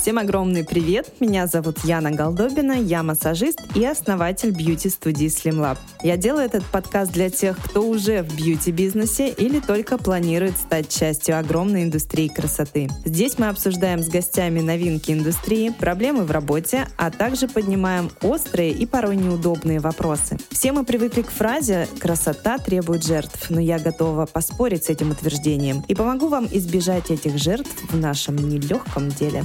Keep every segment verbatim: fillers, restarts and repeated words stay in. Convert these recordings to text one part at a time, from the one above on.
Всем огромный привет! Меня зовут Яна Голдобина, я массажист и основатель бьюти-студии Slim Lab. Я делаю этот подкаст для тех, кто уже в бьюти-бизнесе или только планирует стать частью огромной индустрии красоты. Здесь мы обсуждаем с гостями новинки индустрии, проблемы в работе, а также поднимаем острые и порой неудобные вопросы. Все мы привыкли к фразе «красота требует жертв», но я готова поспорить с этим утверждением и помогу вам избежать этих жертв в нашем нелегком деле.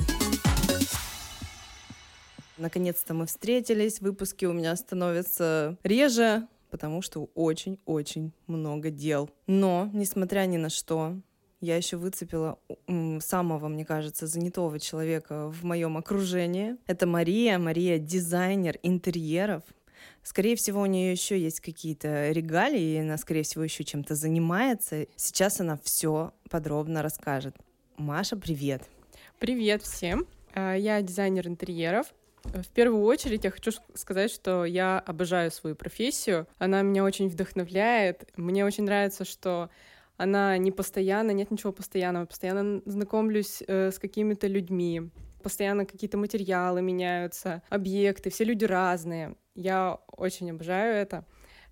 Наконец-то мы встретились, выпуски у меня становятся реже, потому что очень-очень много дел. Но, несмотря ни на что, я еще выцепила самого, мне кажется, занятого человека в моем окружении. Это Мария. Мария — дизайнер интерьеров. Скорее всего, у нее еще есть какие-то регалии, и она, скорее всего, еще чем-то занимается. Сейчас она все подробно расскажет. Маша, привет. Привет всем. Я дизайнер интерьеров. В первую очередь я хочу сказать, что я обожаю свою профессию. Она меня очень вдохновляет. Мне очень нравится, что она не постоянно, нет ничего постоянного. Постоянно знакомлюсь э, с какими-то людьми. Постоянно какие-то материалы меняются, объекты. Все люди разные. Я очень обожаю это.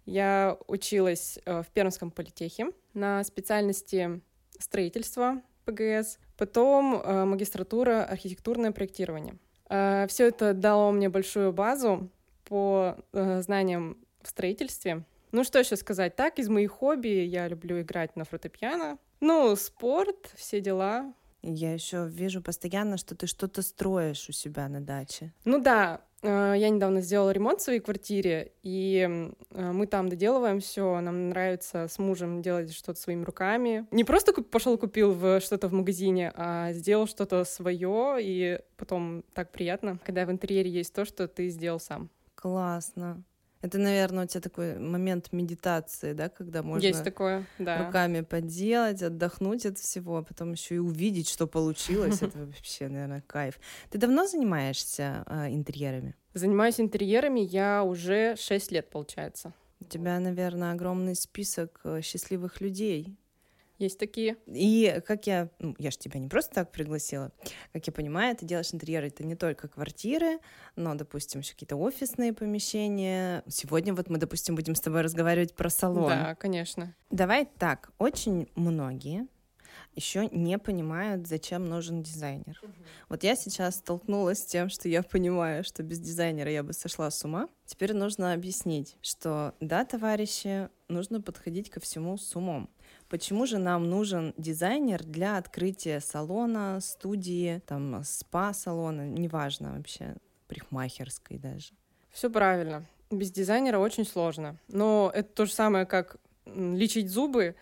Я училась э, в Пермском политехе на специальности строительства ПГС. Потом э, магистратура архитектурное проектирование. Все это дало мне большую базу по э, знаниям в строительстве. Ну, что еще сказать? Так, из моих хобби я люблю играть на фортепиано. Ну, спорт, все дела. Я еще вижу постоянно, что ты что-то строишь у себя на даче. Ну да, э, я недавно сделала ремонт в своей квартире, и э, мы там доделываем все. Нам нравится с мужем делать что-то своими руками. Не просто пошел купил в что-то в магазине, а сделал что-то свое, и потом так приятно, когда в интерьере есть то, что ты сделал сам. Классно. Это, наверное, у тебя такой момент медитации, да, когда можно Есть такое, да. руками поделать, отдохнуть от всего, а потом еще и увидеть, что получилось. Это вообще, наверное, кайф. Ты давно занимаешься э, интерьерами? Занимаюсь интерьерами я уже шесть лет, получается. У тебя, наверное, огромный список счастливых людей. Есть такие. И как я... Ну, я же тебя не просто так пригласила. Как я понимаю, ты делаешь интерьеры, это не только квартиры, но, допустим, еще какие-то офисные помещения. Сегодня вот мы, допустим, будем с тобой разговаривать про салон. Да, конечно. Давай так. Очень многие еще не понимают, зачем нужен дизайнер. Uh-huh. Вот я сейчас столкнулась с тем, что я понимаю, что без дизайнера я бы сошла с ума. Теперь нужно объяснить, что да, товарищи, нужно подходить ко всему с умом. Почему же нам нужен дизайнер для открытия салона, студии, там, спа-салона, неважно вообще, парикмахерской даже? Все правильно. Без дизайнера очень сложно. Но это то же самое, как лечить зубы,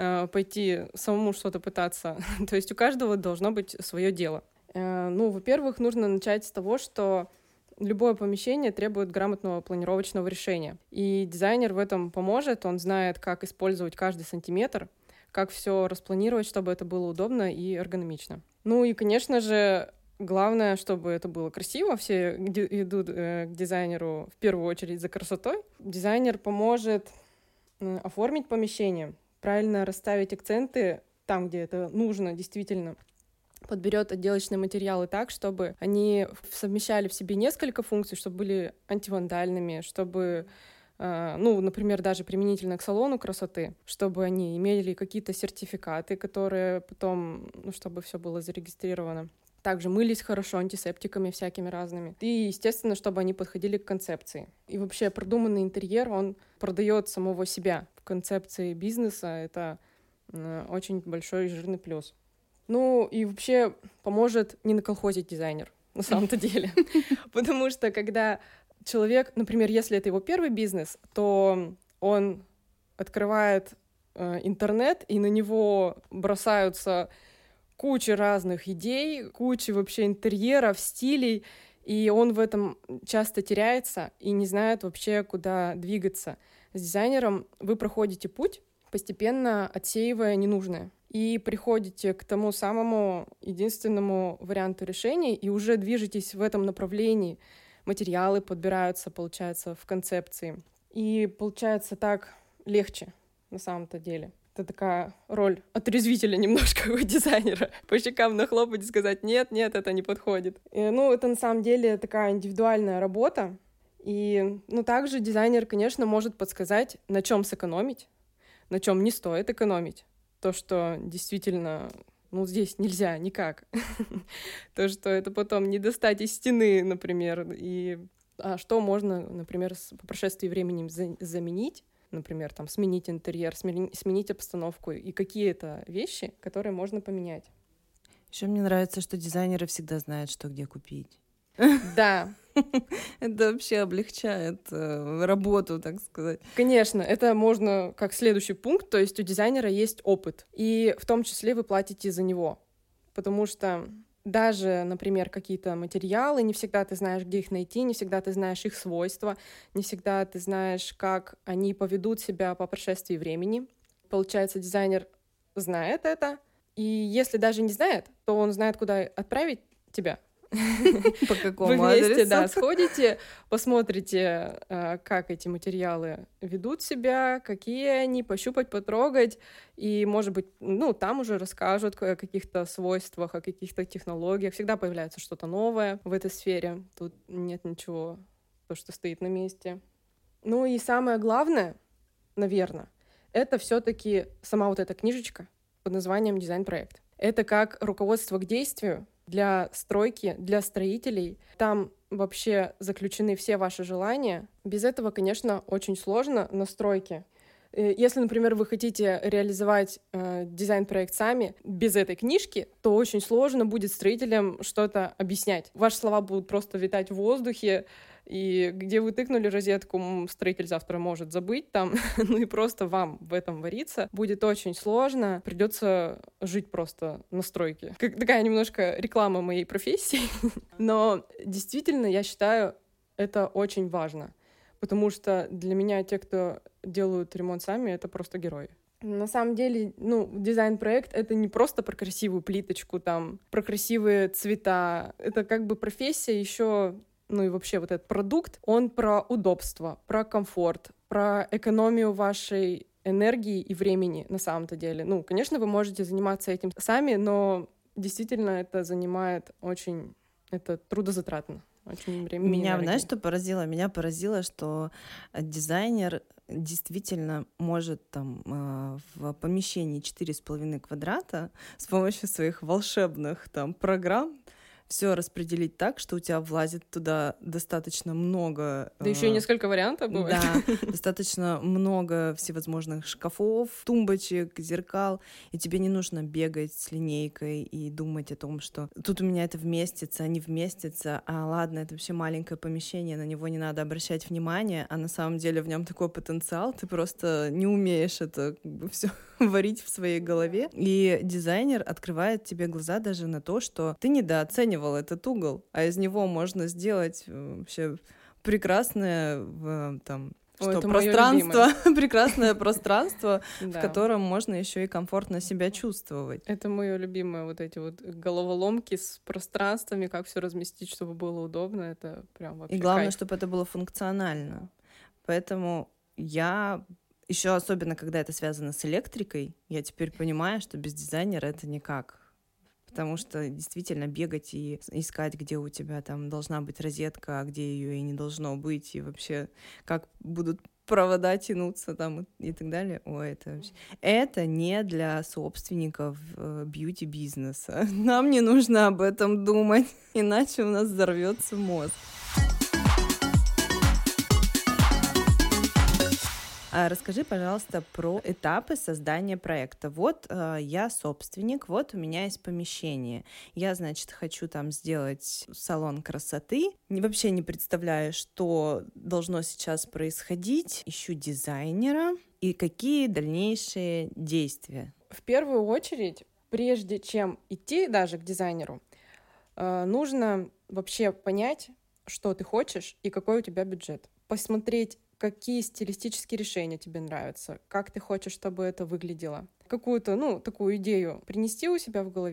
пойти самому что-то пытаться. То есть у каждого должно быть свое дело. Ну, во-первых, нужно начать с того, что любое помещение требует грамотного планировочного решения. И дизайнер в этом поможет. Он знает, как использовать каждый сантиметр, как все распланировать, чтобы это было удобно и эргономично. Ну и, конечно же, главное, чтобы это было красиво. Все идут к дизайнеру в первую очередь за красотой. Дизайнер поможет оформить помещение, правильно расставить акценты там, где это нужно действительно. Подберет отделочные материалы так, чтобы они совмещали в себе несколько функций, чтобы были антивандальными, чтобы, э, ну, например, даже применительно к салону красоты, чтобы они имели какие-то сертификаты, которые потом, ну, чтобы все было зарегистрировано. Также мылись хорошо антисептиками всякими разными. И, естественно, чтобы они подходили к концепции. И вообще продуманный интерьер, он продает самого себя. В концепции бизнеса это э, очень большой и жирный плюс. Ну и вообще поможет не наколхозить дизайнер, на самом-то деле. Потому что когда человек, например, если это его первый бизнес, то он открывает э, интернет, и на него бросаются куча разных идей, куча вообще интерьеров, стилей, и он в этом часто теряется и не знает вообще, куда двигаться. С дизайнером вы проходите путь, постепенно отсеивая ненужное, и приходите к тому самому единственному варианту решения и уже движетесь в этом направлении. Материалы подбираются, получается, в концепции. И получается так легче на самом-то деле. Это такая роль отрезвителя немножко у дизайнера. По щекам нахлопать и сказать «нет, нет, это не подходит». И, ну, это на самом деле такая индивидуальная работа. И, ну, также дизайнер, конечно, может подсказать, на чем сэкономить, на чем не стоит экономить. То, что действительно, ну, здесь нельзя никак. То, что это потом не достать из стены, например. И а что можно, например, по прошествии времени заменить. Например, там, сменить интерьер, сменить обстановку. И какие это вещи, которые можно поменять. Еще мне нравится, что дизайнеры всегда знают, что где купить. Да. Это вообще облегчает э, работу, так сказать. Конечно, это можно как следующий пункт, то есть у дизайнера есть опыт, и в том числе вы платите за него, потому что даже, например, какие-то материалы, не всегда ты знаешь, где их найти, не всегда ты знаешь их свойства, не всегда ты знаешь, как они поведут себя по прошествии времени. Получается, дизайнер знает это, и если даже не знает, то он знает, куда отправить тебя. По какому Вы вместе, адресу? да, сходите, посмотрите, как эти материалы ведут себя, какие они, пощупать, потрогать, и, может быть, ну, там уже расскажут о каких-то свойствах, о каких-то технологиях. Всегда появляется что-то новое в этой сфере. Тут нет ничего, то, что стоит на месте. Ну и самое главное, наверное, это все-таки сама вот эта книжечка под названием «Дизайн-проект». Это как руководство к действию для стройки, для строителей. Там вообще заключены все ваши желания. Без этого, конечно, очень сложно на стройке. Если, например, вы хотите реализовать э, дизайн-проект сами без этой книжки, то очень сложно будет строителям что-то объяснять. Ваши слова будут просто витать в воздухе, и где вы тыкнули розетку, строитель завтра может забыть там, ну и просто вам в этом вариться будет очень сложно, придется жить просто на стройке. Как такая немножко реклама моей профессии, но действительно, я считаю, это очень важно, потому что для меня те, кто делают ремонт сами, это просто герои. На самом деле, ну, дизайн-проект — это не просто про красивую плиточку, там, про красивые цвета, это как бы профессия еще. Ну и вообще вот этот продукт, он про удобство, про комфорт, про экономию вашей энергии и времени на самом-то деле. Ну, конечно, вы можете заниматься этим сами, но действительно это занимает очень... Это трудозатратно. Очень времени. Меня, энергии. знаешь, что поразило? Меня поразило, что дизайнер действительно может там в помещении четыре с половиной квадрата с помощью своих волшебных там программ все распределить так, что у тебя влазит туда достаточно много... Да э... еще и несколько вариантов бывает. Да, достаточно много всевозможных шкафов, тумбочек, зеркал, и тебе не нужно бегать с линейкой и думать о том, что тут у меня это вместится, а не вместится, а ладно, это вообще маленькое помещение, на него не надо обращать внимание, а на самом деле в нем такой потенциал, ты просто не умеешь это как бы все варить в своей голове. И дизайнер открывает тебе глаза даже на то, что ты недооцениваешь этот угол, а из него можно сделать вообще прекрасное там, О, что пространство, прекрасное пространство, в котором можно еще и комфортно себя чувствовать. Это мое любимое, вот эти вот головоломки с пространствами, как все разместить, чтобы было удобно, это прям вообще И главное, кайф. чтобы это было функционально. Поэтому я еще особенно, когда это связано с электрикой, я теперь понимаю, что без дизайнера это никак. Потому что действительно бегать и искать, где у тебя там должна быть розетка, а где ее и не должно быть, и вообще как будут провода тянуться там и так далее. Ой, это вообще... Это не для собственников бьюти-бизнеса. Нам не нужно об этом думать, иначе у нас взорвется мозг. Расскажи, пожалуйста, про этапы создания проекта. Вот э, я собственник, вот у меня есть помещение. Я, значит, хочу там сделать салон красоты. Не, вообще не представляю, что должно сейчас происходить. Ищу дизайнера. И какие дальнейшие действия? В первую очередь, прежде чем идти даже к дизайнеру, э, нужно вообще понять, что ты хочешь и какой у тебя бюджет. Посмотреть, какие стилистические решения тебе нравятся, как ты хочешь, чтобы это выглядело. Какую-то, ну, такую идею принести у себя в голове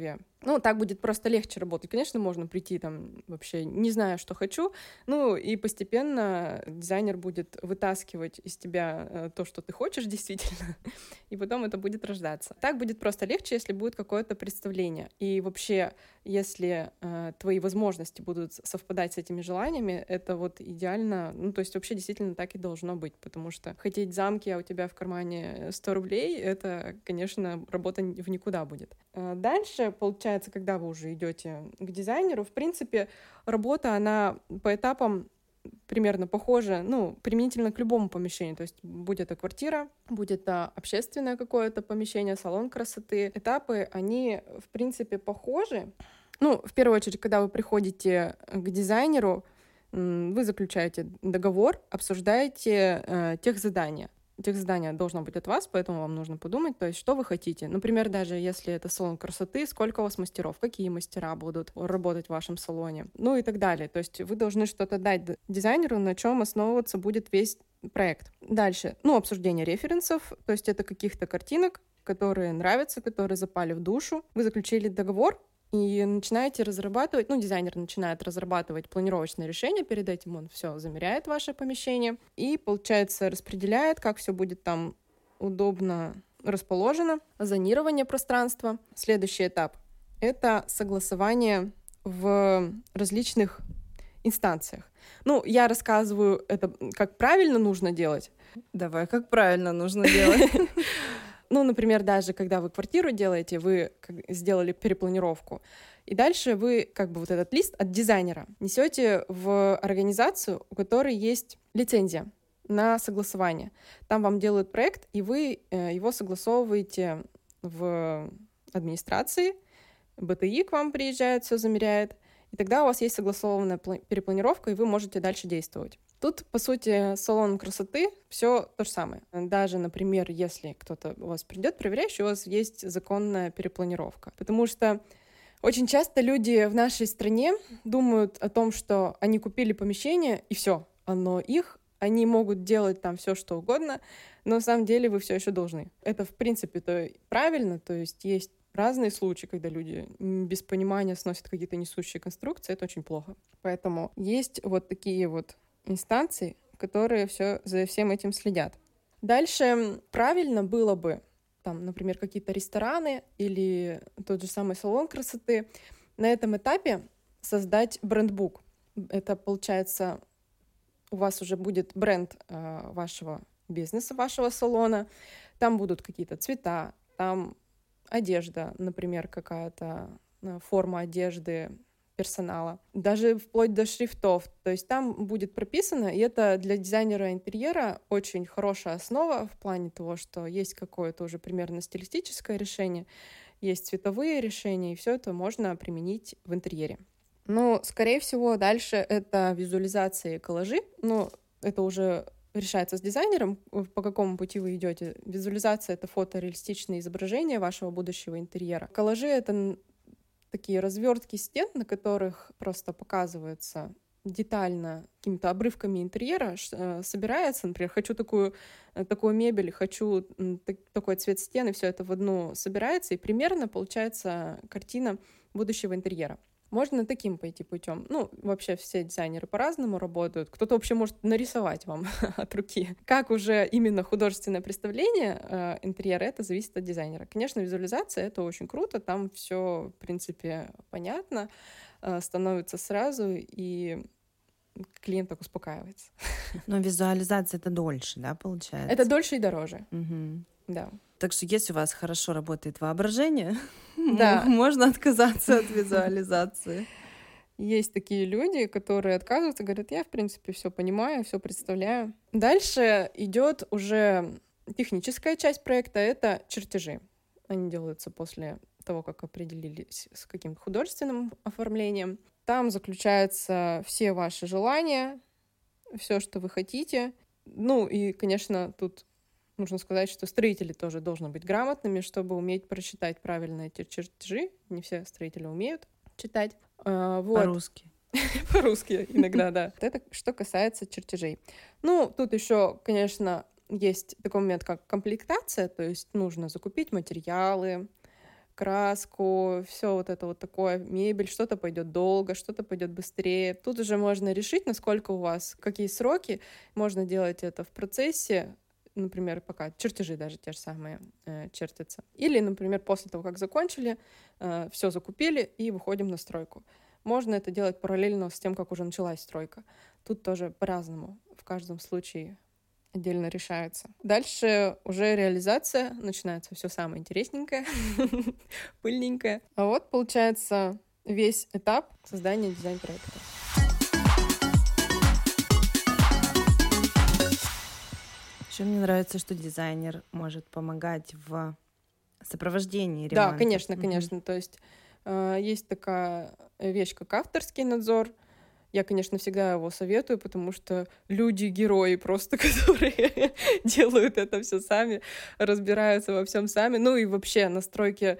Ну, так будет просто легче работать. Конечно, можно прийти там вообще не зная, что хочу, ну, и постепенно дизайнер будет вытаскивать из тебя то, что ты хочешь действительно, и потом это будет рождаться. Так будет просто легче, если будет какое-то представление. И вообще, если э, твои возможности будут совпадать с этими желаниями, это вот идеально, ну, то есть вообще действительно так и должно быть, потому что хотеть замки, а у тебя в кармане сто рублей, это, конечно, работа в никуда будет. Дальше, получается, когда вы уже идете к дизайнеру, в принципе, работа, она по этапам примерно похожа, ну, применительно к любому помещению. То есть будь это квартира, будь это общественное какое-то помещение, салон красоты. Этапы, они, в принципе, похожи. Ну, в первую очередь, когда вы приходите к дизайнеру, вы заключаете договор, обсуждаете э, техзадания. Техзадание должно быть от вас, поэтому вам нужно подумать, то есть что вы хотите. Например, даже если это салон красоты, сколько у вас мастеров, какие мастера будут работать в вашем салоне, ну и так далее. То есть вы должны что-то дать дизайнеру, на чем основываться будет весь проект. Дальше, ну, обсуждение референсов, то есть это каких-то картинок, которые нравятся, которые запали в душу. Вы заключили договор, и начинаете разрабатывать, ну, дизайнер начинает разрабатывать планировочное решение, перед этим он все замеряет ваше помещение и, получается, распределяет, как все будет там удобно расположено, зонирование пространства. Следующий этап — это согласование в различных инстанциях. Ну, я рассказываю это, как правильно нужно делать. Давай, как правильно нужно делать. Ну, например, даже когда вы квартиру делаете, вы сделали перепланировку, и дальше вы как бы вот этот лист от дизайнера несете в организацию, у которой есть лицензия на согласование. Там вам делают проект, и вы его согласовываете в администрации, БТИ к вам приезжает, все замеряет, и тогда у вас есть согласованная перепланировка, и вы можете дальше действовать. Тут, по сути, салон красоты все то же самое. Даже, например, если кто-то у вас придет, проверяющий, у вас есть законная перепланировка. Потому что очень часто люди в нашей стране думают о том, что они купили помещение, и все, оно их, они могут делать там все, что угодно, но на самом деле вы все еще должны. Это, в принципе-то, правильно, то есть есть разные случаи, когда люди без понимания сносят какие-то несущие конструкции, это очень плохо. Поэтому есть вот такие вот инстанции, которые все, за всем этим следят. Дальше правильно было бы, там, например, какие-то рестораны или тот же самый салон красоты, на этом этапе создать брендбук. Это, получается, у вас уже будет бренд э, вашего бизнеса, вашего салона. Там будут какие-то цвета, там одежда, например, какая-то форма одежды персонала, даже вплоть до шрифтов. То есть там будет прописано, и это для дизайнера интерьера очень хорошая основа в плане того, что есть какое-то уже примерно стилистическое решение, есть цветовые решения, и все это можно применить в интерьере. Но, скорее всего, дальше это визуализация и коллажи. Ну, это уже решается с дизайнером, по какому пути вы идете. Визуализация — это фотореалистичные изображения вашего будущего интерьера. Коллажи — это такие развертки стен, на которых просто показывается детально какими-то обрывками интерьера, собирается, например, хочу такую, такую мебель, хочу такой цвет стен, и все это в одну собирается, и примерно получается картина будущего интерьера. Можно таким пойти путем. Ну, вообще все дизайнеры по-разному работают. Кто-то вообще может нарисовать вам от руки. Как уже именно художественное представление э, интерьера, это зависит от дизайнера. Конечно, визуализация — это очень круто, там все, в принципе, понятно, э, становится сразу, и клиент так успокаивается. Но визуализация — это дольше, да, получается? Это дольше и дороже. Угу. Да. Так что если у вас хорошо работает воображение, да. можно отказаться от визуализации. Есть такие люди, которые отказываются, говорят, я, в принципе, все понимаю, все представляю. Дальше идет уже техническая часть проекта, это чертежи. Они делаются после того, как определились с каким-то художественным оформлением. Там заключаются все ваши желания, все, что вы хотите. Ну и, конечно, тут нужно сказать, что строители тоже должны быть грамотными, чтобы уметь просчитать правильно эти чертежи. Не все строители умеют читать. А, вот. По-русски. По-русски иногда, да. Это что касается чертежей. Ну, тут еще, конечно, есть такой момент, как комплектация, то есть нужно закупить материалы, краску, все вот это вот такое, мебель, что-то пойдет долго, что-то пойдет быстрее. Тут уже можно решить, насколько у вас, какие сроки. Можно делать это в процессе, например, пока чертежи даже те же самые э, чертятся. Или, например, после того, как закончили, э, все закупили и выходим на стройку. Можно это делать параллельно с тем, как уже началась стройка. Тут тоже по-разному. В каждом случае отдельно решается. Дальше уже реализация. Начинается все самое интересненькое, пыльненькое. А вот, получается, весь этап создания дизайн-проекта. Еще мне нравится, что дизайнер может помогать в сопровождении ремонта. Да, конечно, конечно. Mm-hmm. То есть э, есть такая вещь, как авторский надзор. Я, конечно, всегда его советую, потому что люди-герои просто, которые делают это все сами, разбираются во всем сами. Ну и вообще на стройке,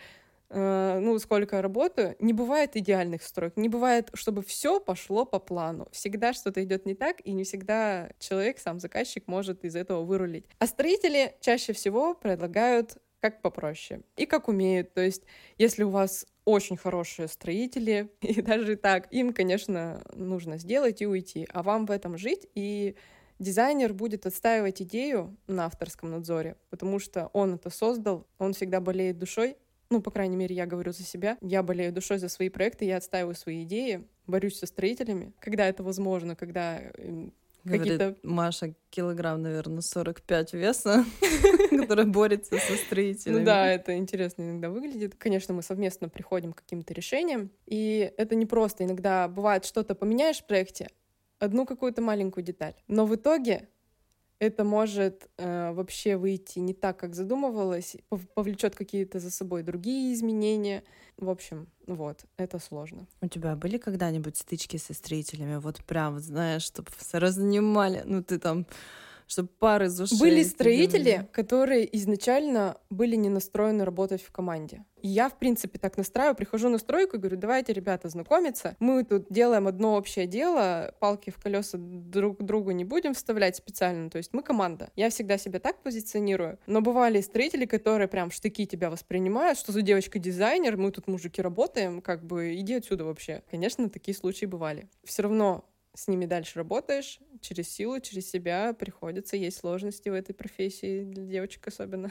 э, ну, сколько я работаю, не бывает идеальных строек, не бывает, чтобы все пошло по плану. Всегда что-то идет не так, и не всегда человек, сам заказчик, может из этого вырулить. А строители чаще всего предлагают как попроще и как умеют. То есть, если у вас очень хорошие строители, и даже так, им, конечно, нужно сделать и уйти, а вам в этом жить, и дизайнер будет отстаивать идею на авторском надзоре, потому что он это создал, он всегда болеет душой, ну, по крайней мере, я говорю за себя, я болею душой за свои проекты, я отстаиваю свои идеи, борюсь со строителями, когда это возможно, когда... Говорит какие-то... Маша, килограмм, наверное, сорок пять веса, которая борется со строителями. Ну да, это интересно иногда выглядит. Конечно, мы совместно приходим к каким-то решениям, и это не просто. Иногда бывает, что-то поменяешь в проекте, одну какую-то маленькую деталь, но в итоге это может э, вообще выйти не так, как задумывалось, повлечет какие-то за собой другие изменения. В общем, вот, это сложно. У тебя были когда-нибудь стычки со строителями? Вот прям, знаешь, чтобы разнимали, ну ты там, чтобы пары из ушей. Были строители, которые изначально были не настроены работать в команде. И я, в принципе, так настраиваю, прихожу на стройку и говорю, давайте, ребята, знакомиться. Мы тут делаем одно общее дело, палки в колеса друг другу не будем вставлять специально, то есть мы команда. Я всегда себя так позиционирую. Но бывали строители, которые прям в штыки тебя воспринимают, что за девочка-дизайнер, мы тут, мужики, работаем, как бы иди отсюда вообще. Конечно, такие случаи бывали. Все равно с ними дальше работаешь, через силу, через себя приходится. Есть сложности в этой профессии, для девочек особенно.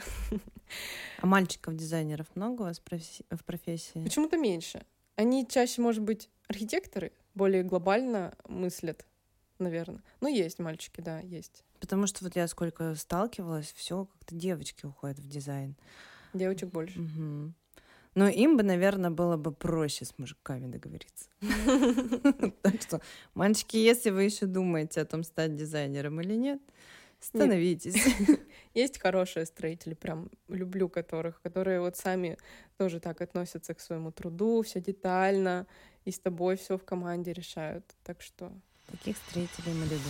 А мальчиков-дизайнеров много у вас в профессии? Почему-то меньше. Они чаще, может быть, архитекторы, более глобально мыслят, наверное. Ну, есть мальчики, да, есть. Потому что вот я сколько сталкивалась, все как-то девочки уходят в дизайн. Девочек больше. Угу. Но им бы, наверное, было бы проще с мужиками договориться. Так что, мальчики, если вы еще думаете о том, стать дизайнером или нет, становитесь. Есть хорошие строители, прям люблю которых, которые вот сами тоже так относятся к своему труду, все детально, и с тобой все в команде решают. Так что... Таких строителей мы любим.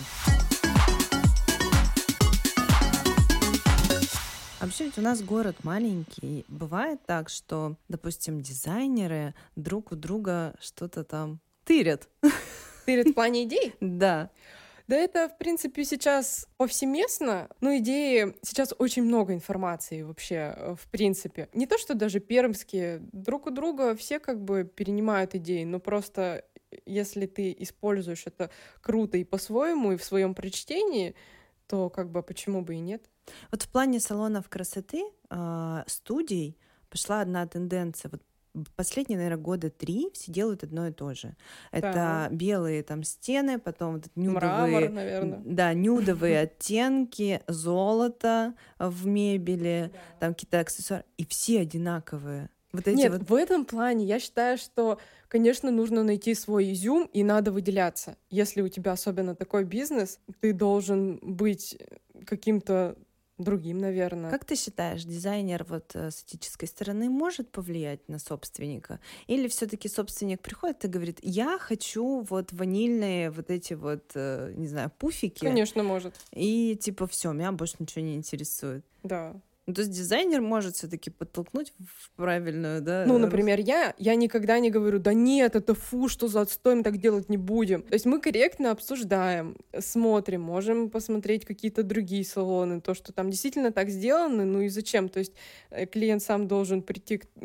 Вообще ведь у нас город маленький. Бывает так, что, допустим, дизайнеры друг у друга что-то там тырят. Тырят в плане идей? Да. Да это, в принципе, сейчас повсеместно. Ну, идеи... Сейчас очень много информации вообще, в принципе. Не то, что даже пермские. Друг у друга все как бы перенимают идеи, но просто если ты используешь это круто и по-своему, и в своем прочтении, то как бы почему бы и нет? Вот в плане салонов красоты, э, студий пошла одна тенденция. Вот последние, наверное, года три все делают одно и то же. Это да. белые там стены, потом вот нюдовые, мрамор, наверное. Да, нюдовые оттенки, золото в мебели, да. там какие-то аксессуары, и все одинаковые. Вот эти Нет, вот... в этом плане я считаю, что, конечно, нужно найти свой изюм и надо выделяться. Если у тебя особенно такой бизнес, ты должен быть каким-то другим, наверное. Как ты считаешь, дизайнер вот с этической стороны может повлиять на собственника? Или все-таки собственник приходит и говорит, я хочу вот ванильные вот эти вот, не знаю, пуфики? Конечно, может. И типа все, меня больше ничего не интересует. Да. Ну, то есть дизайнер может все-таки подтолкнуть в правильную, да? Ну, например, я, я никогда не говорю, да нет, это фу, что за отстой, мы так делать не будем. То есть мы корректно обсуждаем, смотрим, можем посмотреть какие-то другие салоны, то, что там действительно так сделано, ну и зачем? То есть клиент сам должен прийти к,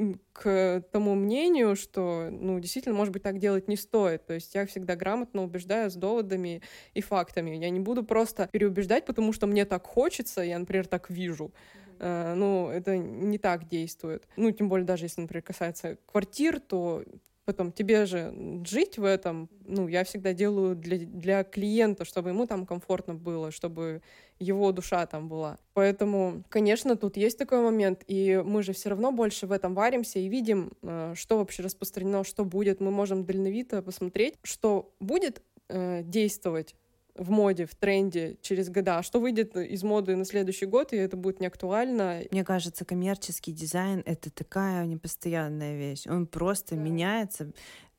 к тому мнению, что, ну, действительно, может быть, так делать не стоит. То есть я всегда грамотно убеждаю с доводами и фактами. Я не буду просто переубеждать, потому что мне так хочется, я, например, так вижу. Uh, ну, это не так действует. Ну, тем более, даже если, например, касается квартир, то потом тебе же жить в этом, ну, я всегда делаю для, для клиента, чтобы ему там комфортно было, чтобы его душа там была. Поэтому, конечно, тут есть такой момент, и мы же все равно больше в этом варимся и видим, что вообще распространено, что будет. Мы можем дальновито посмотреть, что будет э, действовать в моде, в тренде через года, а что выйдет из моды на следующий год, и это будет не актуально. Мне кажется, коммерческий дизайн — это такая непостоянная вещь. Он просто да. меняется.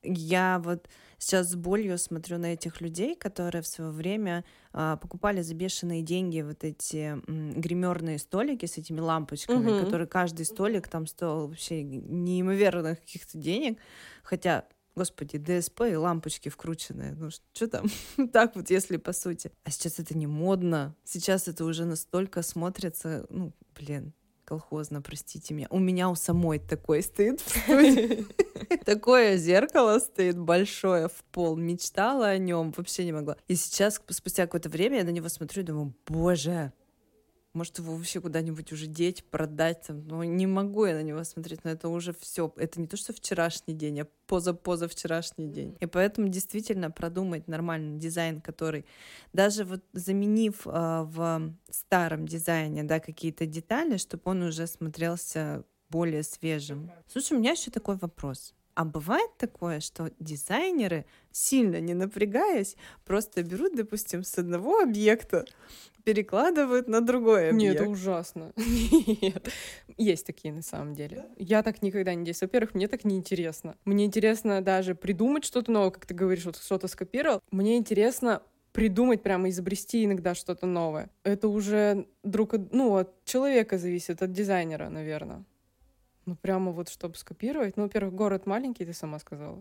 Я вот сейчас с болью смотрю на этих людей, которые в свое время а, покупали за бешеные деньги вот эти м, гримерные столики с этими лампочками, угу. которые каждый столик там стоил вообще неимоверных каких-то денег, хотя... Господи, ДСП и лампочки вкрученные. Ну, что там? Так вот, если по сути. А сейчас это не модно. Сейчас это уже настолько смотрится, ну, блин, колхозно, простите меня. У меня у самой такой стоит в студии. Такое зеркало стоит большое в пол. Мечтала о нем, вообще не могла. И сейчас, спустя какое-то время, я на него смотрю и думаю, боже, может, его вообще куда-нибудь уже деть, продать. Там. Ну, не могу я на него смотреть, но это уже все. Это не то, что вчерашний день, а поза-позавчерашний день. И поэтому действительно продумать нормальный дизайн, который даже вот заменив э, в старом дизайне, да, какие-то детали, чтобы он уже смотрелся более свежим. Слушай, у меня еще такой вопрос. А бывает такое, что дизайнеры, сильно не напрягаясь, просто берут, допустим, с одного объекта, перекладывают на другой объект? Нет, это ужасно. Нет. Есть такие на самом деле. Да? Я так никогда не действую. Во-первых, мне так неинтересно. Мне интересно даже придумать что-то новое, как ты говоришь, вот что-то скопировал. Мне интересно придумать, прямо изобрести иногда что-то новое. Это уже друг от, ну, от человека зависит, от дизайнера, наверное. Ну, прямо вот, чтобы скопировать. Ну, во-первых, город маленький, ты сама сказала.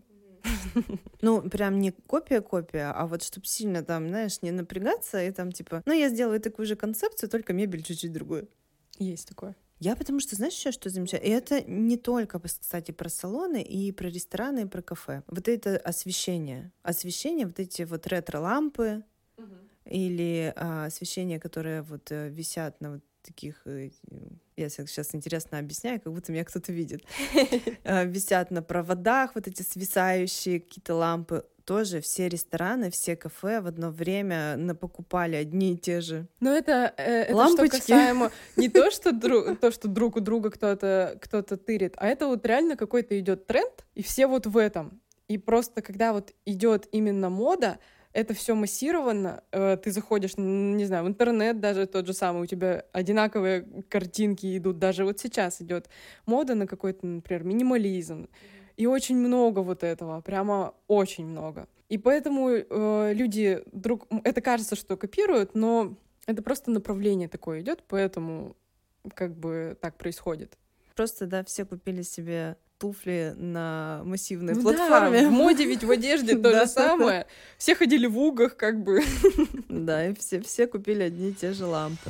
Ну, прям не копия-копия, а вот чтобы сильно там, знаешь, не напрягаться и там типа, ну, я сделаю такую же концепцию, только мебель чуть-чуть другую. Есть такое. Я потому что, знаешь, еще что замечаю? И это не только, кстати, про салоны и про рестораны, и про кафе. Вот это освещение. Освещение, вот эти вот ретро-лампы угу. или а, освещение, которые вот висят на вот таких... Я сейчас интересно объясняю, как будто меня кто-то видит. Висят на проводах вот эти свисающие какие-то лампы. Тоже все рестораны, все кафе в одно время напокупали одни и те же Но это, это лампочки. Что касаемо не то, что друг, то, что друг у друга кто-то, кто-то тырит, а это вот реально какой-то идет тренд, и все вот в этом. И просто когда вот идет именно мода, это все массированно, ты заходишь, не знаю, в интернет даже тот же самый, у тебя одинаковые картинки идут, даже вот сейчас идет мода на какой-то, например, минимализм, и очень много вот этого, прямо очень много. И поэтому э, люди, друг, это кажется, что копируют, но это просто направление такое идет, поэтому как бы так происходит. Просто, да, все купили себе туфли на массивной ну платформе. Да, в моде ведь в одежде то же самое. Все ходили в угах, как бы. Да, и все, все купили одни и те же лампы.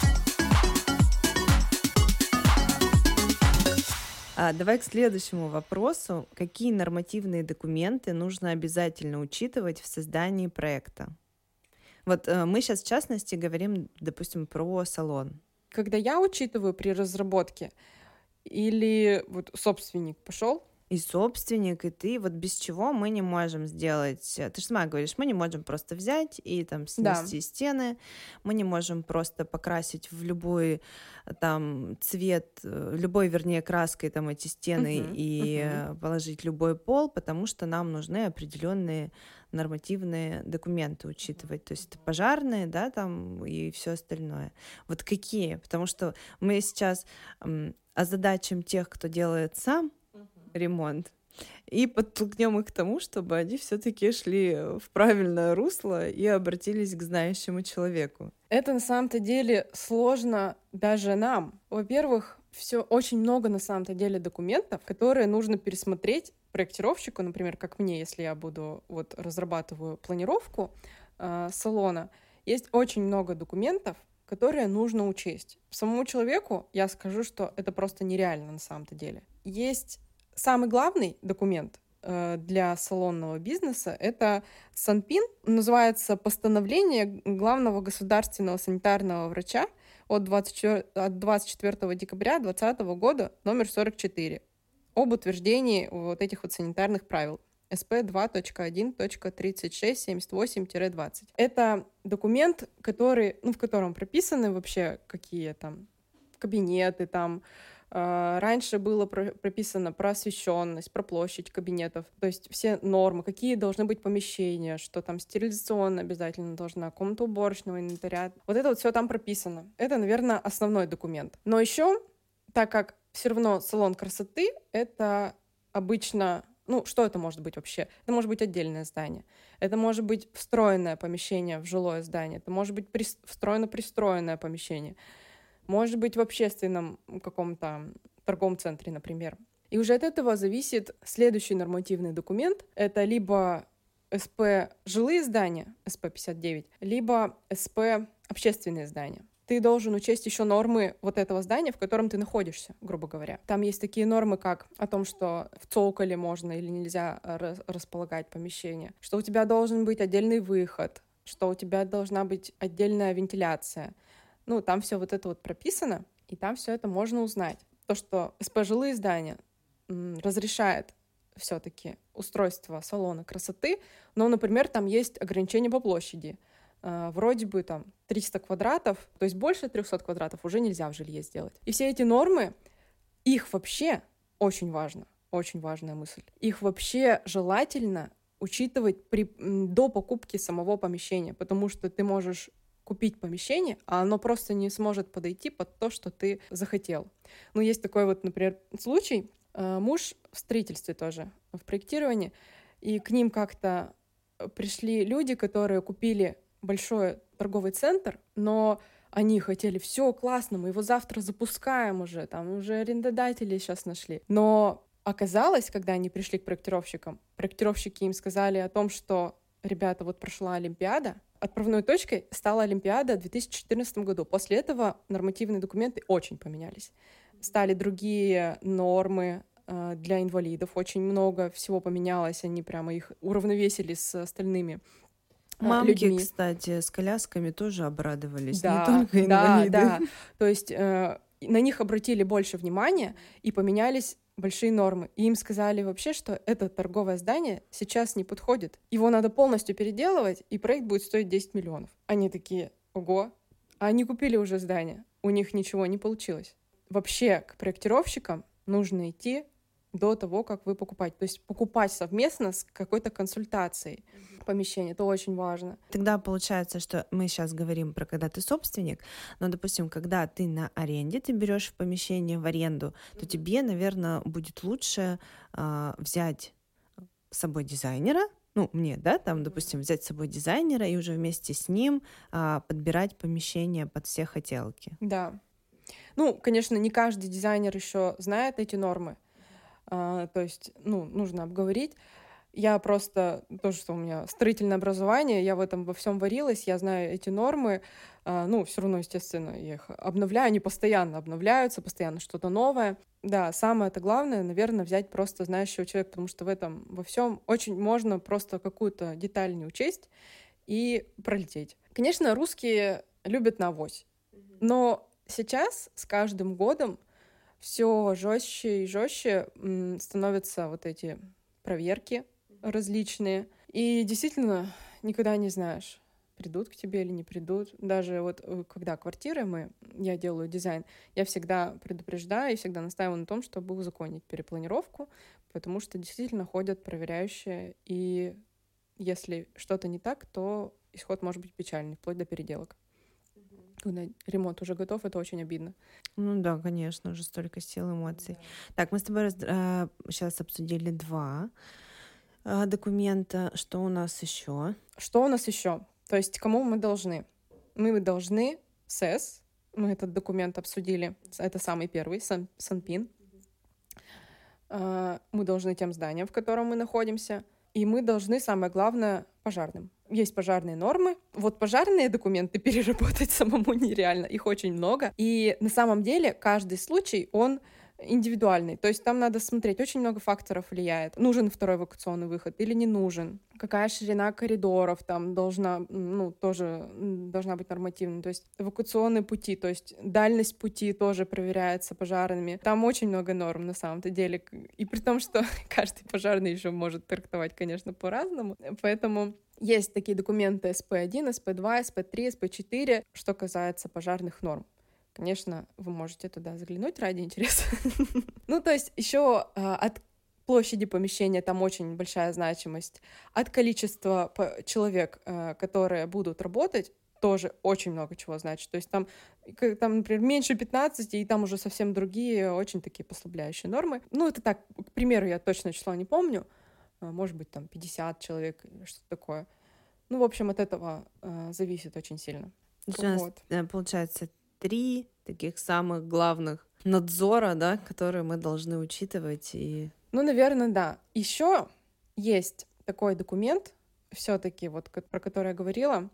А, давай к следующему вопросу. Какие нормативные документы нужно обязательно учитывать в создании проекта? Вот э, мы сейчас, в частности, говорим, допустим, про салон. Когда я учитываю при разработке, или вот собственник пошел? И собственник, и ты, вот без чего мы не можем сделать... Ты же сама говоришь, мы не можем просто взять и там снести да. стены, мы не можем просто покрасить в любой там цвет, любой, вернее, краской там эти стены uh-huh, и uh-huh. положить любой пол, потому что нам нужны определенные нормативные документы учитывать, то есть это пожарные, да, там и все остальное. Вот какие? Потому что мы сейчас м, озадачим тех, кто делает сам ремонт, и подтолкнем их к тому, чтобы они все-таки шли в правильное русло и обратились к знающему человеку. Это на самом-то деле сложно даже нам. Во-первых, все очень много на самом-то деле документов, которые нужно пересмотреть проектировщику, например, как мне, если я буду вот разрабатываю планировку э, салона, есть очень много документов, которые нужно учесть. Самому человеку я скажу, что это просто нереально на самом-то деле. Есть самый главный документ э, для салонного бизнеса — это СанПин, называется «Постановление главного государственного санитарного врача» от двадцать четвёртого декабря две тысячи двадцатого года, номер сорок четыре, об утверждении вот этих вот санитарных правил. эс пэ два точка один точка тридцать шесть семьдесят восемь двадцать. Это документ, который, ну, в котором прописаны вообще какие там кабинеты, там э, раньше было про- прописано про освещенность, про площадь кабинетов, то есть все нормы, какие должны быть помещения, что там стерилизационно обязательно должна, комната уборочного инвентаря. Вот это вот все там прописано. Это, наверное, основной документ. Но еще, так как все равно салон красоты — это обычно... Ну, что это может быть вообще? Это может быть отдельное здание. Это может быть встроенное помещение в жилое здание. Это может быть при... встроено-пристроенное помещение. Может быть в общественном каком-то торговом центре, например. И уже от этого зависит следующий нормативный документ. Это либо эс пэ жилые здания, эс пэ пятьдесят девять, либо эс пэ общественные здания. Ты должен учесть еще нормы вот этого здания, в котором ты находишься, грубо говоря. Там есть такие нормы, как о том, что в цоколе можно или нельзя располагать помещение, что у тебя должен быть отдельный выход, что у тебя должна быть отдельная вентиляция. Ну, там все вот это вот прописано, и там все это можно узнать. То, что эс пэ жилые здания м, разрешает все-таки устройство салона красоты, но, например, там есть ограничения по площади. Uh, вроде бы там триста квадратов, то есть больше трехсот квадратов уже нельзя в жилье сделать. И все эти нормы, их вообще очень важно, очень важная мысль, их вообще желательно учитывать при, до покупки самого помещения, потому что ты можешь купить помещение, а оно просто не сможет подойти под то, что ты захотел. Ну, есть такой вот, например, случай, uh, муж в строительстве тоже, в проектировании, и к ним как-то пришли люди, которые купили большой торговый центр, но они хотели: все классно, мы его завтра запускаем уже, там уже арендодатели сейчас нашли. Но оказалось, когда они пришли к проектировщикам, проектировщики им сказали о том, что, ребята, вот прошла Олимпиада, отправной точкой стала Олимпиада в две тысячи четырнадцатом году. После этого нормативные документы очень поменялись. Стали другие нормы э, для инвалидов, очень много всего поменялось, они прямо их уравновесили с остальными Мамки, людьми. кстати, с колясками тоже обрадовались, да, не только инвалиды. Да, да. То есть э, на них обратили больше внимания и поменялись большие нормы. И им сказали вообще, что это торговое здание сейчас не подходит. Его надо полностью переделывать, и проект будет стоить десять миллионов. Они такие: ого. А они купили уже здание, у них ничего не получилось. Вообще к проектировщикам нужно идти до того, как вы покупаете. То есть покупать совместно с какой-то консультацией помещение. Это очень важно. Тогда получается, что мы сейчас говорим про когда ты собственник, но, допустим, когда ты на аренде, ты берешь помещение в аренду, то тебе, наверное, будет лучше э, взять с собой дизайнера, ну, мне, да, там, допустим, взять с собой дизайнера и уже вместе с ним э, подбирать помещение под все хотелки. Да. Ну, конечно, не каждый дизайнер еще знает эти нормы. Uh, то есть, ну, нужно обговорить. Я просто, то, что у меня строительное образование, я в этом во всем варилась, я знаю эти нормы, uh, ну, все равно, естественно, я их обновляю, они постоянно обновляются, постоянно что-то новое. Да, самое-то главное, наверное, взять просто знающего человека, потому что в этом во всем очень можно просто какую-то деталь не учесть и пролететь. Конечно, русские любят на авось, но сейчас с каждым годом все жестче и жестче становятся вот эти проверки различные. И действительно, никогда не знаешь, придут к тебе или не придут. Даже вот когда квартиры мы, я делаю дизайн, я всегда предупреждаю и всегда настаиваю на том, чтобы узаконить перепланировку, потому что действительно ходят проверяющие, и если что-то не так, то исход может быть печальный, вплоть до переделок. Когда ремонт уже готов, это очень обидно. Ну да, конечно, уже столько сил, эмоций. Да. Так, мы с тобой раз, э, сейчас обсудили два э, документа. Что у нас еще? Что у нас еще? То есть кому мы должны? Мы должны СЭС, мы этот документ обсудили, это самый первый, Сан, Санпин. Э, мы должны тем зданиям, в котором мы находимся. И мы должны, самое главное, пожарным. Есть пожарные нормы. Вот пожарные документы переработать самому нереально. Их очень много. И на самом деле каждый случай, он индивидуальный. То есть там надо смотреть, очень много факторов влияет. Нужен второй эвакуационный выход или не нужен? Какая ширина коридоров там должна, ну, тоже должна быть нормативной. То есть эвакуационные пути, то есть дальность пути тоже проверяется пожарными. Там очень много норм на самом-то деле. И при том, что каждый пожарный еще может трактовать, конечно, по-разному. Поэтому есть такие документы эс пэ один, эс пэ два, эс пэ три, эс пэ четыре, что касается пожарных норм. Конечно, вы можете туда заглянуть ради интереса. Ну, то есть еще от площади помещения там очень большая значимость. От количества человек, которые будут работать, тоже очень много чего значит. То есть там, там, например, меньше пятнадцати, и там уже совсем другие, очень такие послабляющие нормы. Ну, это так, к примеру, я точно число не помню. Может быть, там пятьдесят человек или что-то такое. Ну, в общем, от этого э, зависит очень сильно. У нас, вот. Получается, три таких самых главных надзора, да, которые мы должны учитывать. И... Ну, наверное, да. Еще есть такой документ, все-таки, вот, про который я говорила,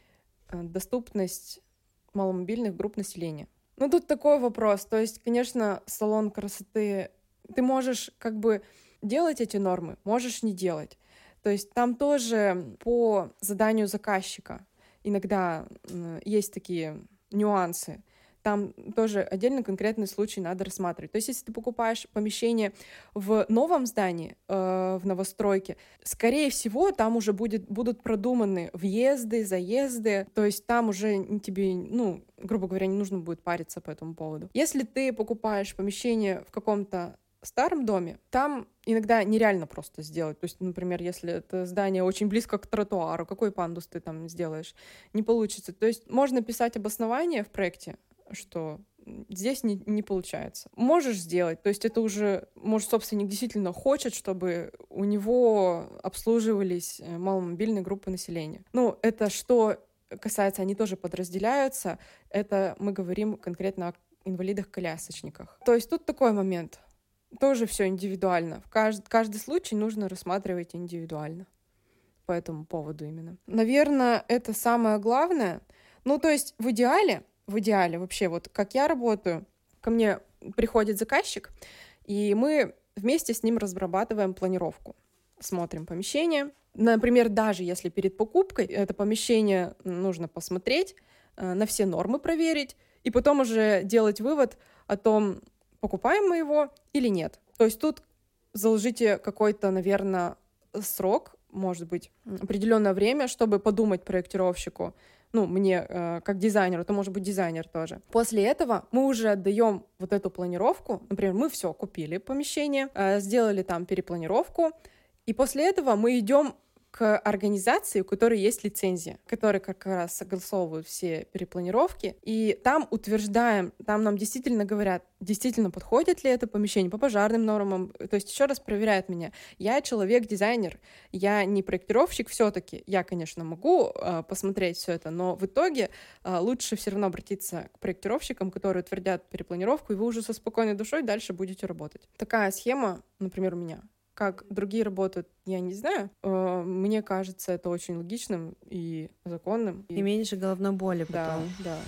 доступность маломобильных групп населения. Ну, тут такой вопрос. То есть, конечно, салон красоты, ты можешь как бы делать эти нормы, можешь не делать. То есть там тоже по заданию заказчика иногда есть такие нюансы. Там тоже отдельно конкретный случай надо рассматривать. То есть если ты покупаешь помещение в новом здании, э, в новостройке, скорее всего, там уже будет, будут продуманы въезды, заезды. То есть там уже тебе, ну, грубо говоря, не нужно будет париться по этому поводу. Если ты покупаешь помещение в каком-то старом доме, там иногда нереально просто сделать. То есть, например, если это здание очень близко к тротуару, какой пандус ты там сделаешь? Не получится. То есть можно писать обоснование в проекте, что здесь не, не получается. Можешь сделать, то есть это уже, может, собственник действительно хочет, чтобы у него обслуживались маломобильные группы населения. Ну, это что касается, они тоже подразделяются, это мы говорим конкретно о инвалидах-колясочниках. То есть тут такой момент. Тоже все индивидуально. В кажд... каждый случай нужно рассматривать индивидуально. По этому поводу именно. Наверное, это самое главное. Ну, то есть в идеале, в идеале вообще, вот как я работаю, ко мне приходит заказчик, и мы вместе с ним разрабатываем планировку. Смотрим помещение. Например, даже если перед покупкой это помещение нужно посмотреть, на все нормы проверить, и потом уже делать вывод о том, покупаем мы его или нет. То есть тут заложите какой-то, наверное, срок, может быть, определенное время, чтобы подумать проектировщику, ну, мне э, как дизайнеру, это может быть дизайнер тоже. После этого мы уже отдаем вот эту планировку, например, мы все купили помещение, э, сделали там перепланировку, и после этого мы идем к организации, у которой есть лицензия, которые как раз согласовывают все перепланировки, и там утверждаем, там нам действительно говорят, действительно подходит ли это помещение по пожарным нормам, то есть еще раз проверяют меня. Я человек-дизайнер, я не проектировщик все-таки, я, конечно, могу э, посмотреть все это, но в итоге э, лучше все равно обратиться к проектировщикам, которые утвердят перепланировку, и вы уже со спокойной душой дальше будете работать. Такая схема, например, у меня. Как другие работают, я не знаю. Мне кажется, это очень логичным и законным. И меньше головной боли потом. Да, да.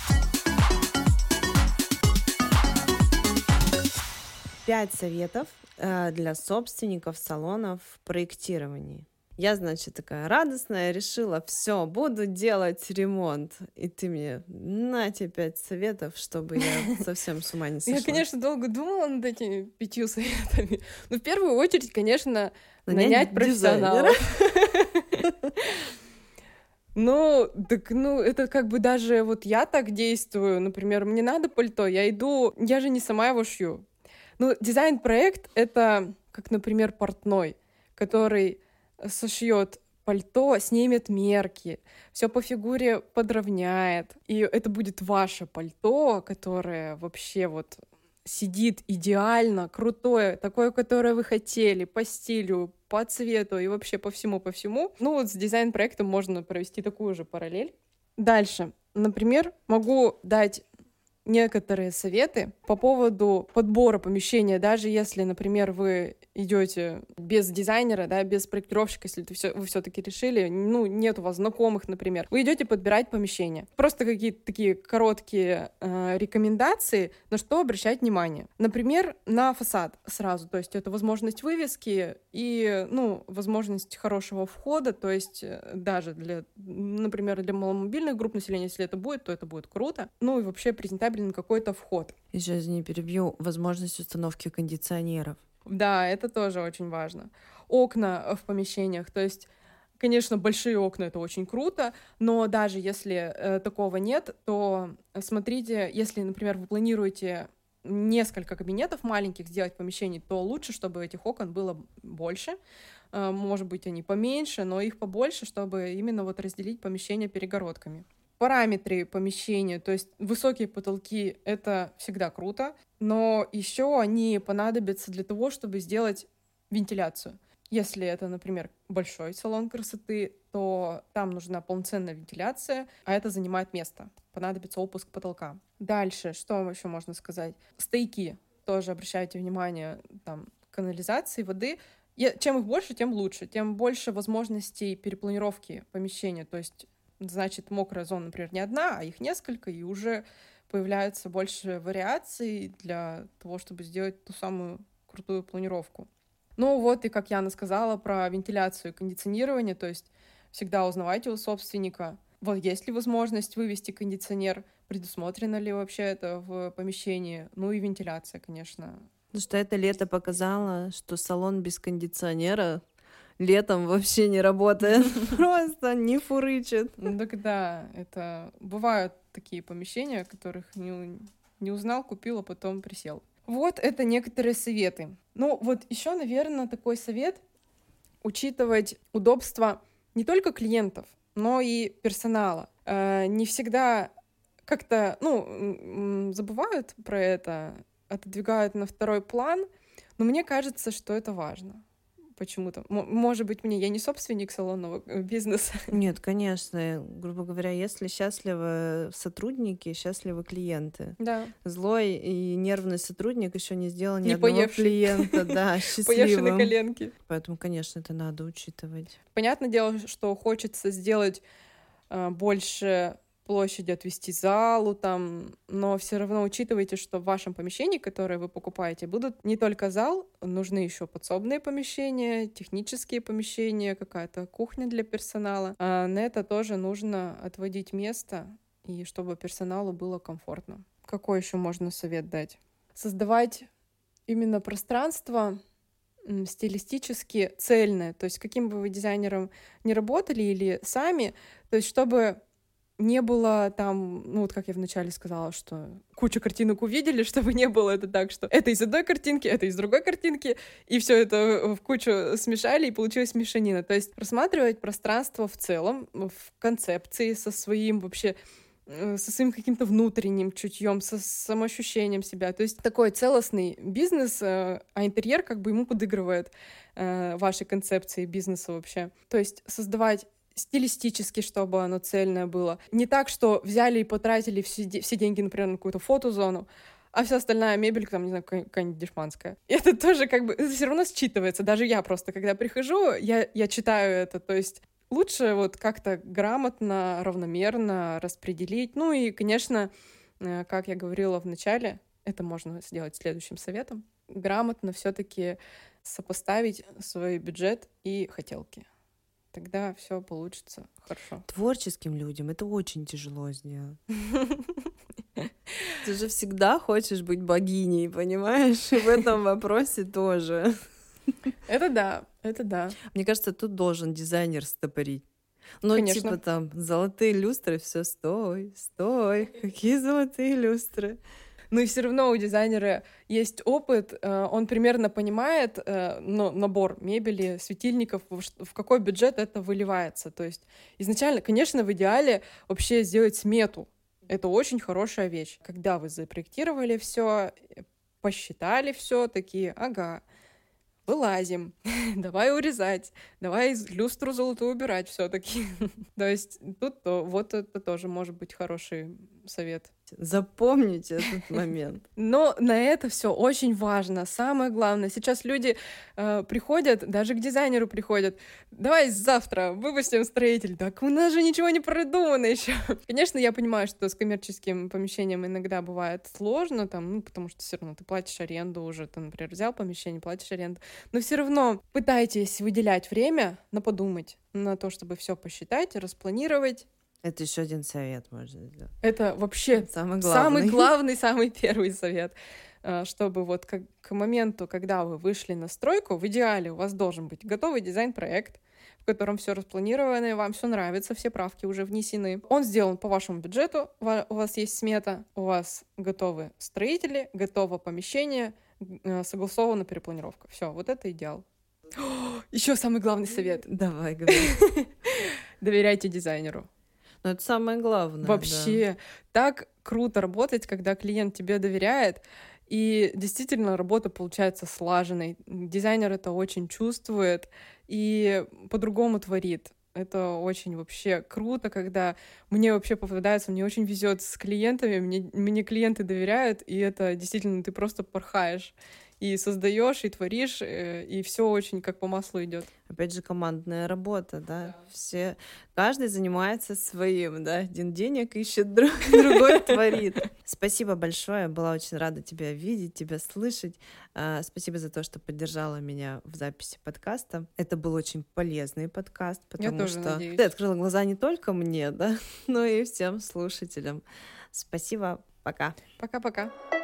Пять советов для собственников салонов в проектировании. Я, значит, такая радостная, решила, все, буду делать ремонт. И ты мне, на тебе пять советов, чтобы я совсем с ума не сошла. Я, конечно, долго думала над этими пятью советами. Но в первую очередь, конечно, нанять профессионала. Ну, так, ну, это как бы даже вот я так действую. Например, мне надо пальто, я иду, я же не сама его шью. Ну, дизайн-проект — это, как, например, портной, который сошьет пальто снимет мерки, все по фигуре подровняет, и это будет ваше пальто, которое вообще вот сидит идеально, крутое, такое, которое вы хотели, по стилю, по цвету и вообще по всему, по всему. Ну вот с дизайн-проектом можно провести такую же параллель. Дальше, например, могу дать некоторые советы по поводу подбора помещения, даже если, например, вы идете без дизайнера, да, без проектировщика, если ты все, вы все-таки решили, ну, нет у вас знакомых, например, вы идете подбирать помещение. Просто какие-то такие короткие э, рекомендации, на что обращать внимание. Например, на фасад сразу, то есть это возможность вывески и, ну, возможность хорошего входа, то есть даже для, например, для маломобильных групп населения, если это будет, то это будет круто. Ну и вообще презентабельный какой-то вход. Еще, извини, перебью, возможность установки кондиционеров. Да, это тоже очень важно. Окна в помещениях, то есть, конечно, большие окна — это очень круто, но даже если э, такого нет, то смотрите, если, например, вы планируете несколько кабинетов маленьких сделать в помещении, то лучше, чтобы этих окон было больше. Э, может быть, они поменьше, но их побольше, чтобы именно вот разделить помещение перегородками. Параметры помещения, то есть высокие потолки — это всегда круто, но еще они понадобятся для того, чтобы сделать вентиляцию. Если это, например, большой салон красоты, то там нужна полноценная вентиляция, а это занимает место. Понадобится опуск потолка. Дальше, что еще можно сказать? Стояки. Тоже обращайте внимание, там, канализации, воды. Чем их больше, тем лучше. Тем больше возможностей перепланировки помещения. То есть значит, мокрая зона, например, не одна, а их несколько, и уже появляется больше вариаций для того, чтобы сделать ту самую крутую планировку. Ну вот, и как Яна сказала про вентиляцию и кондиционирование, то есть всегда узнавайте у собственника, вот есть ли возможность вывести кондиционер, предусмотрено ли вообще это в помещении, ну и вентиляция, конечно. Потому что это лето показало, что салон без кондиционера летом вообще не работает, просто не фурычит. Ну так да, это бывают такие помещения, которых не, не узнал, купил, а потом присел. Вот это некоторые советы. Ну вот еще, наверное, такой совет — учитывать удобство не только клиентов, но и персонала. Э, не всегда как-то, ну, забывают про это, отодвигают на второй план, но мне кажется, что это важно. Почему-то. М- может быть, мне, я не собственник салонного бизнеса. Нет, конечно. Грубо говоря, если счастливы сотрудники, счастливы клиенты. Да. Злой и нервный сотрудник еще не сделал ни Не одного поевший. клиента, да, Поевший на счастливым. коленке. Поэтому, конечно, это надо учитывать. Понятное дело, что хочется сделать э, больше площади, отвести залу там, но все равно учитывайте, что в вашем помещении, которое вы покупаете, будут не только зал, нужны еще подсобные помещения, технические помещения, какая-то кухня для персонала. А на это тоже нужно отводить место, и чтобы персоналу было комфортно. Какой еще можно совет дать? Создавать именно пространство м, стилистически цельное, то есть каким бы вы дизайнером ни работали или сами, то есть чтобы не было там, ну вот как я вначале сказала, что кучу картинок увидели, чтобы не было это так, что это из одной картинки, это из другой картинки, и все это в кучу смешали, и получилась мешанина. То есть рассматривать пространство в целом, в концепции, со своим вообще со своим каким-то внутренним чутьем, со самоощущением себя. То есть такой целостный бизнес, а интерьер как бы ему подыгрывает вашей концепции бизнеса вообще. То есть создавать стилистически, чтобы оно цельное было. Не так, что взяли и потратили все, де- все деньги, например, на какую-то фотозону, а вся остальная мебель, там, не знаю, какая-нибудь дешманская. И это тоже как бы, это все равно считывается. Даже я просто, когда прихожу, я, я читаю это. То есть лучше вот как-то грамотно, равномерно распределить. Ну и, конечно, как я говорила в начале, это можно сделать следующим советом. Грамотно все-таки сопоставить свой бюджет и хотелки. Тогда все получится хорошо. Творческим людям это очень тяжело сделать. Ты же всегда хочешь быть богиней, понимаешь? И в этом вопросе тоже. Это да, это да. Мне кажется, тут должен дизайнер стопорить. Ну, Конечно. типа там золотые люстры, все, стой, стой, какие золотые люстры. Но и все равно у дизайнера есть опыт, он примерно понимает, ну, набор мебели, светильников, в какой бюджет это выливается. То есть изначально, конечно, в идеале вообще сделать смету. Это очень хорошая вещь. Когда вы запроектировали все, посчитали все, такие, ага, вылазим, давай урезать, давай люстру золотую убирать все-таки. То есть тут то, вот это тоже может быть хороший совет. Запомните этот момент. Но на это все очень важно. Самое главное, сейчас люди э, приходят, даже к дизайнеру приходят. Давай завтра выпустим строитель. Так у нас же ничего не продумано еще. Конечно, я понимаю, что с коммерческим помещением иногда бывает сложно, там, ну, потому что все равно ты платишь аренду уже, ты, например, взял помещение, платишь аренду. Но все равно пытайтесь выделять время на подумать, на то, чтобы все посчитать, распланировать. Это еще один совет можно сделать. Это вообще самый главный, самый главный, самый первый совет. Чтобы вот к, к моменту, когда вы вышли на стройку, в идеале у вас должен быть готовый дизайн-проект, в котором все распланировано, и вам все нравится, все правки уже внесены. Он сделан по вашему бюджету, у вас есть смета, у вас готовы строители, готово помещение, согласована перепланировка. Все, вот это идеал. Еще самый главный совет. Давай, говори. Доверяйте дизайнеру. Но это самое главное. Вообще, да. Так круто работать, когда клиент тебе доверяет, и действительно работа получается слаженной. Дизайнер это очень чувствует и по-другому творит. Это очень вообще круто, когда мне вообще попадается, мне очень везет с клиентами, мне, мне клиенты доверяют, и это действительно ты просто порхаешь. И создаешь, и творишь, и все очень как по маслу идет. Опять же, командная работа, да? Да. Все, каждый занимается своим, да? Один денег ищет, друг, другой творит. Спасибо большое, была очень рада тебя видеть, тебя слышать. Спасибо за то, что поддержала меня в записи подкаста. Это был очень полезный подкаст, потому что надеюсь. Ты открыла глаза не только мне, да, но и всем слушателям. Спасибо, пока. Пока-пока.